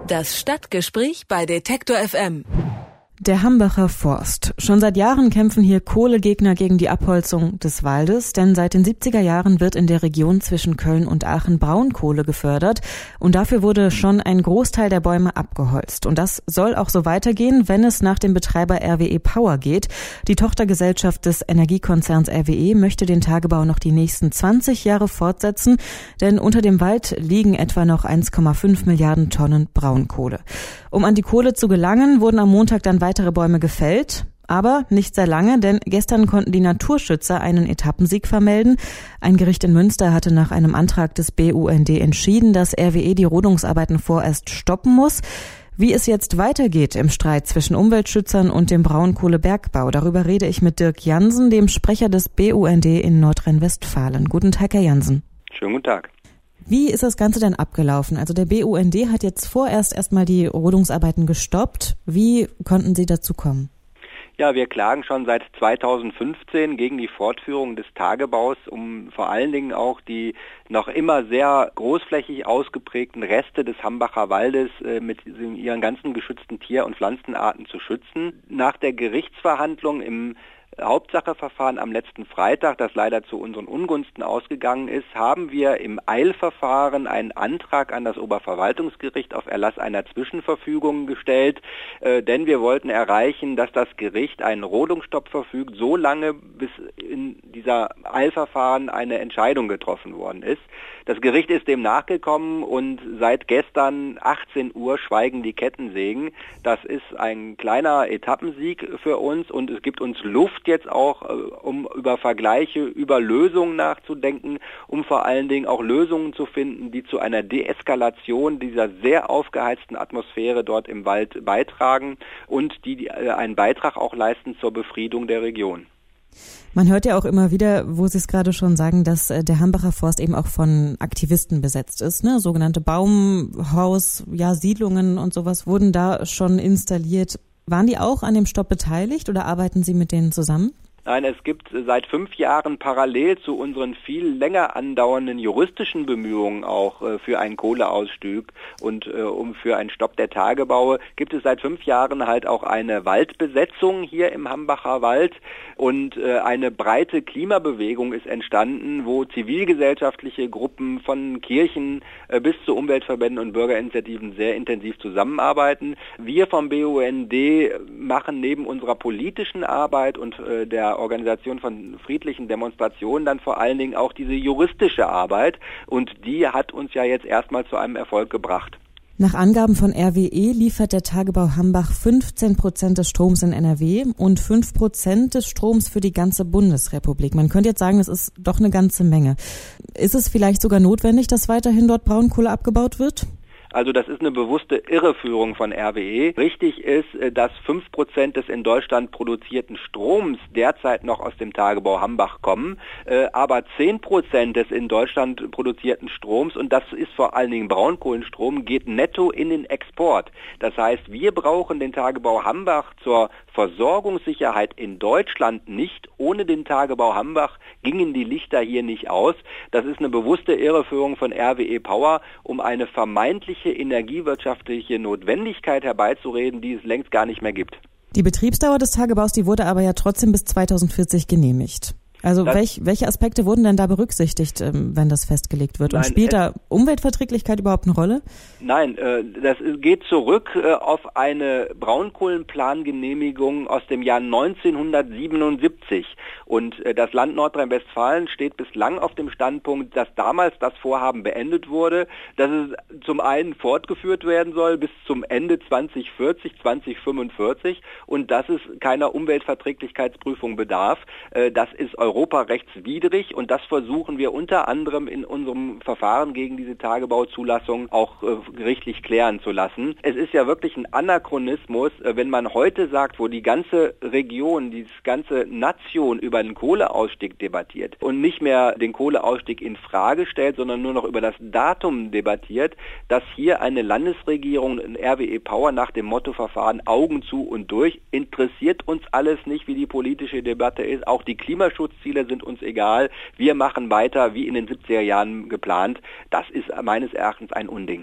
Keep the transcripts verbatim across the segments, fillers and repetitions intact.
Das Stadtgespräch bei Detektor F M. Der Hambacher Forst. Schon seit Jahren kämpfen hier Kohlegegner gegen die Abholzung des Waldes, denn seit den siebziger Jahren wird in der Region zwischen Köln und Aachen Braunkohle gefördert und dafür wurde schon ein Großteil der Bäume abgeholzt. Und das soll auch so weitergehen, wenn es nach dem Betreiber R W E Power geht. Die Tochtergesellschaft des Energiekonzerns R W E möchte den Tagebau noch die nächsten zwanzig Jahre fortsetzen, denn unter dem Wald liegen etwa noch eins Komma fünf Milliarden Tonnen Braunkohle. Um an die Kohle zu gelangen, wurden am Montag dann weitere Bäume gefällt, aber nicht sehr lange, denn gestern konnten die Naturschützer einen Etappensieg vermelden. Ein Gericht in Münster hatte nach einem Antrag des B U N D entschieden, dass R W E die Rodungsarbeiten vorerst stoppen muss. Wie es jetzt weitergeht im Streit zwischen Umweltschützern und dem Braunkohlebergbau, darüber rede ich mit Dirk Jansen, dem Sprecher des B U N D in Nordrhein-Westfalen. Guten Tag, Herr Jansen. Schönen guten Tag. Wie ist das Ganze denn abgelaufen? Also der B U N D hat jetzt vorerst erstmal die Rodungsarbeiten gestoppt. Wie konnten Sie dazu kommen? Ja, wir klagen schon seit zweitausendfünfzehn gegen die Fortführung des Tagebaus, um vor allen Dingen auch die noch immer sehr großflächig ausgeprägten Reste des Hambacher Waldes äh, mit ihren ganzen geschützten Tier- und Pflanzenarten zu schützen. Nach der Gerichtsverhandlung im Hauptsacheverfahren am letzten Freitag, das leider zu unseren Ungunsten ausgegangen ist, haben wir im Eilverfahren einen Antrag an das Oberverwaltungsgericht auf Erlass einer Zwischenverfügung gestellt, äh, denn wir wollten erreichen, dass das Gericht einen Rodungsstopp verfügt, so lange bis in dieser Eilverfahren eine Entscheidung getroffen worden ist. Das Gericht ist dem nachgekommen und seit gestern achtzehn Uhr schweigen die Kettensägen. Das ist ein kleiner Etappensieg für uns und es gibt uns Luft jetzt auch, um über Vergleiche, über Lösungen nachzudenken, um vor allen Dingen auch Lösungen zu finden, die zu einer Deeskalation dieser sehr aufgeheizten Atmosphäre dort im Wald beitragen und die einen Beitrag auch leisten zur Befriedung der Region. Man hört ja auch immer wieder, wo Sie es gerade schon sagen, dass der Hambacher Forst eben auch von Aktivisten besetzt ist, ne? Sogenannte Baumhaus, ja, Siedlungen und sowas wurden da schon installiert. Waren die auch an dem Stopp beteiligt oder arbeiten Sie mit denen zusammen? Nein, es gibt seit fünf Jahren parallel zu unseren viel länger andauernden juristischen Bemühungen auch äh, für einen Kohleausstieg und äh, um für einen Stopp der Tagebaue, gibt es seit fünf Jahren halt auch eine Waldbesetzung hier im Hambacher Wald und äh, eine breite Klimabewegung ist entstanden, wo zivilgesellschaftliche Gruppen von Kirchen äh, bis zu Umweltverbänden und Bürgerinitiativen sehr intensiv zusammenarbeiten. Wir vom B U N D machen neben unserer politischen Arbeit und äh, der Organisation von friedlichen Demonstrationen dann vor allen Dingen auch diese juristische Arbeit und die hat uns ja jetzt erstmal zu einem Erfolg gebracht. Nach Angaben von R W E liefert der Tagebau Hambach fünfzehn Prozent des Stroms in N R W und fünf Prozent des Stroms für die ganze Bundesrepublik. Man könnte jetzt sagen, das ist doch eine ganze Menge. Ist es vielleicht sogar notwendig, dass weiterhin dort Braunkohle abgebaut wird? Also das ist eine bewusste Irreführung von R W E. Richtig ist, dass fünf Prozent des in Deutschland produzierten Stroms derzeit noch aus dem Tagebau Hambach kommen, aber zehn Prozent des in Deutschland produzierten Stroms, und das ist vor allen Dingen Braunkohlenstrom, geht netto in den Export. Das heißt, wir brauchen den Tagebau Hambach zur Versorgungssicherheit in Deutschland nicht. Ohne den Tagebau Hambach gingen die Lichter hier nicht aus. Das ist eine bewusste Irreführung von R W E Power, um eine vermeintliche energiewirtschaftliche Notwendigkeit herbeizureden, die es längst gar nicht mehr gibt. Die Betriebsdauer des Tagebaus, die wurde aber ja trotzdem bis zweitausendvierzig genehmigt. Also welch, welche Aspekte wurden denn da berücksichtigt, wenn das festgelegt wird? Und nein, spielt da Umweltverträglichkeit überhaupt eine Rolle? Nein, das geht zurück auf eine Braunkohlenplangenehmigung aus dem Jahr neunzehnhundertsiebenundsiebzig. Und das Land Nordrhein-Westfalen steht bislang auf dem Standpunkt, dass damals das Vorhaben beendet wurde, dass es zum einen fortgeführt werden soll bis zum Ende zweitausendvierzig, zweitausendfünfundvierzig und dass es keiner Umweltverträglichkeitsprüfung bedarf. Das ist europarechtswidrig und das versuchen wir unter anderem in unserem Verfahren gegen diese Tagebauzulassung auch äh, gerichtlich klären zu lassen. Es ist ja wirklich ein Anachronismus, äh, wenn man heute sagt, wo die ganze Region, die ganze Nation über den Kohleausstieg debattiert und nicht mehr den Kohleausstieg in Frage stellt, sondern nur noch über das Datum debattiert, dass hier eine Landesregierung in R W E Power nach dem Mottoverfahren Augen zu und durch, interessiert uns alles nicht, wie die politische Debatte ist, auch die Klimaschutzziele sind uns egal, wir machen weiter wie in den siebziger Jahren geplant. Das ist meines Erachtens ein Unding.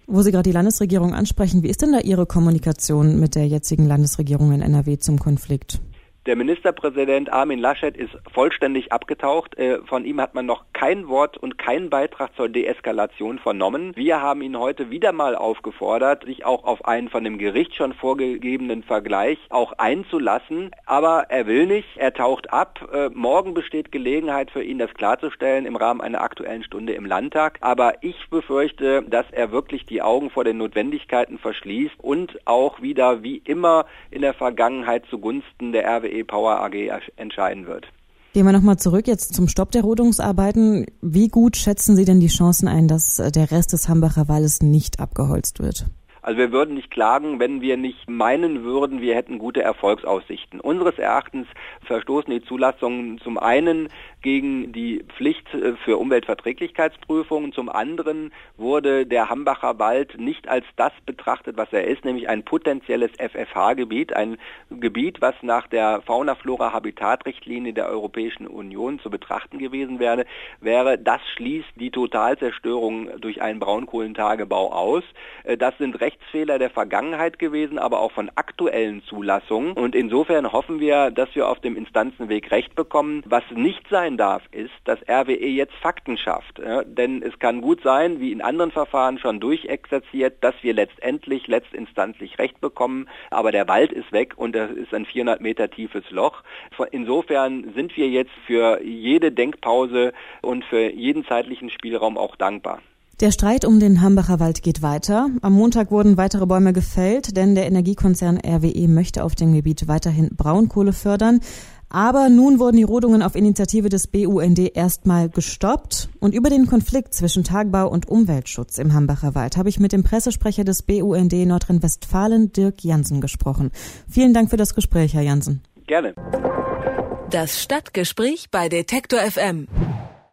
Wo Sie gerade die Landesregierung ansprechen, wie ist denn da Ihre Kommunikation mit der jetzigen Landesregierung in N R W zum Konflikt? Der Ministerpräsident Armin Laschet ist vollständig abgetaucht. Von ihm hat man noch kein Wort und keinen Beitrag zur Deeskalation vernommen. Wir haben ihn heute wieder mal aufgefordert, sich auch auf einen von dem Gericht schon vorgegebenen Vergleich auch einzulassen. Aber er will nicht, er taucht ab. Morgen besteht Gelegenheit für ihn, das klarzustellen im Rahmen einer Aktuellen Stunde im Landtag. Aber ich befürchte, dass er wirklich die Augen vor den Notwendigkeiten verschließt und auch wieder wie immer in der Vergangenheit zugunsten der R W E Power A G entscheiden wird. Gehen wir nochmal zurück jetzt zum Stopp der Rodungsarbeiten. Wie gut schätzen Sie denn die Chancen ein, dass der Rest des Hambacher Waldes nicht abgeholzt wird? Also wir würden nicht klagen, wenn wir nicht meinen würden, wir hätten gute Erfolgsaussichten. Unseres Erachtens verstoßen die Zulassungen zum einen gegen die Pflicht für Umweltverträglichkeitsprüfungen. Zum anderen wurde der Hambacher Wald nicht als das betrachtet, was er ist, nämlich ein potenzielles F F H-Gebiet, ein Gebiet, was nach der Fauna-Flora-Habitat-Richtlinie der Europäischen Union zu betrachten gewesen wäre. wäre. Das schließt die Totalzerstörung durch einen Braunkohlentagebau aus. Das sind Rechtsfehler der Vergangenheit gewesen, aber auch von aktuellen Zulassungen. Und insofern hoffen wir, dass wir auf dem Instanzenweg Recht bekommen. Was nicht sein darf, ist, dass R W E jetzt Fakten schafft. Ja, denn es kann gut sein, wie in anderen Verfahren schon durchexerziert, dass wir letztendlich, letztinstanzlich Recht bekommen, aber der Wald ist weg und das ist ein vierhundert Meter tiefes Loch. Insofern sind wir jetzt für jede Denkpause und für jeden zeitlichen Spielraum auch dankbar. Der Streit um den Hambacher Wald geht weiter. Am Montag wurden weitere Bäume gefällt, denn der Energiekonzern R W E möchte auf dem Gebiet weiterhin Braunkohle fördern. Aber nun wurden die Rodungen auf Initiative des B U N D erstmal gestoppt. Und über den Konflikt zwischen Tagebau und Umweltschutz im Hambacher Wald habe ich mit dem Pressesprecher des B U N D Nordrhein-Westfalen, Dirk Jansen, gesprochen. Vielen Dank für das Gespräch, Herr Jansen. Gerne. Das Stadtgespräch bei Detektor F M.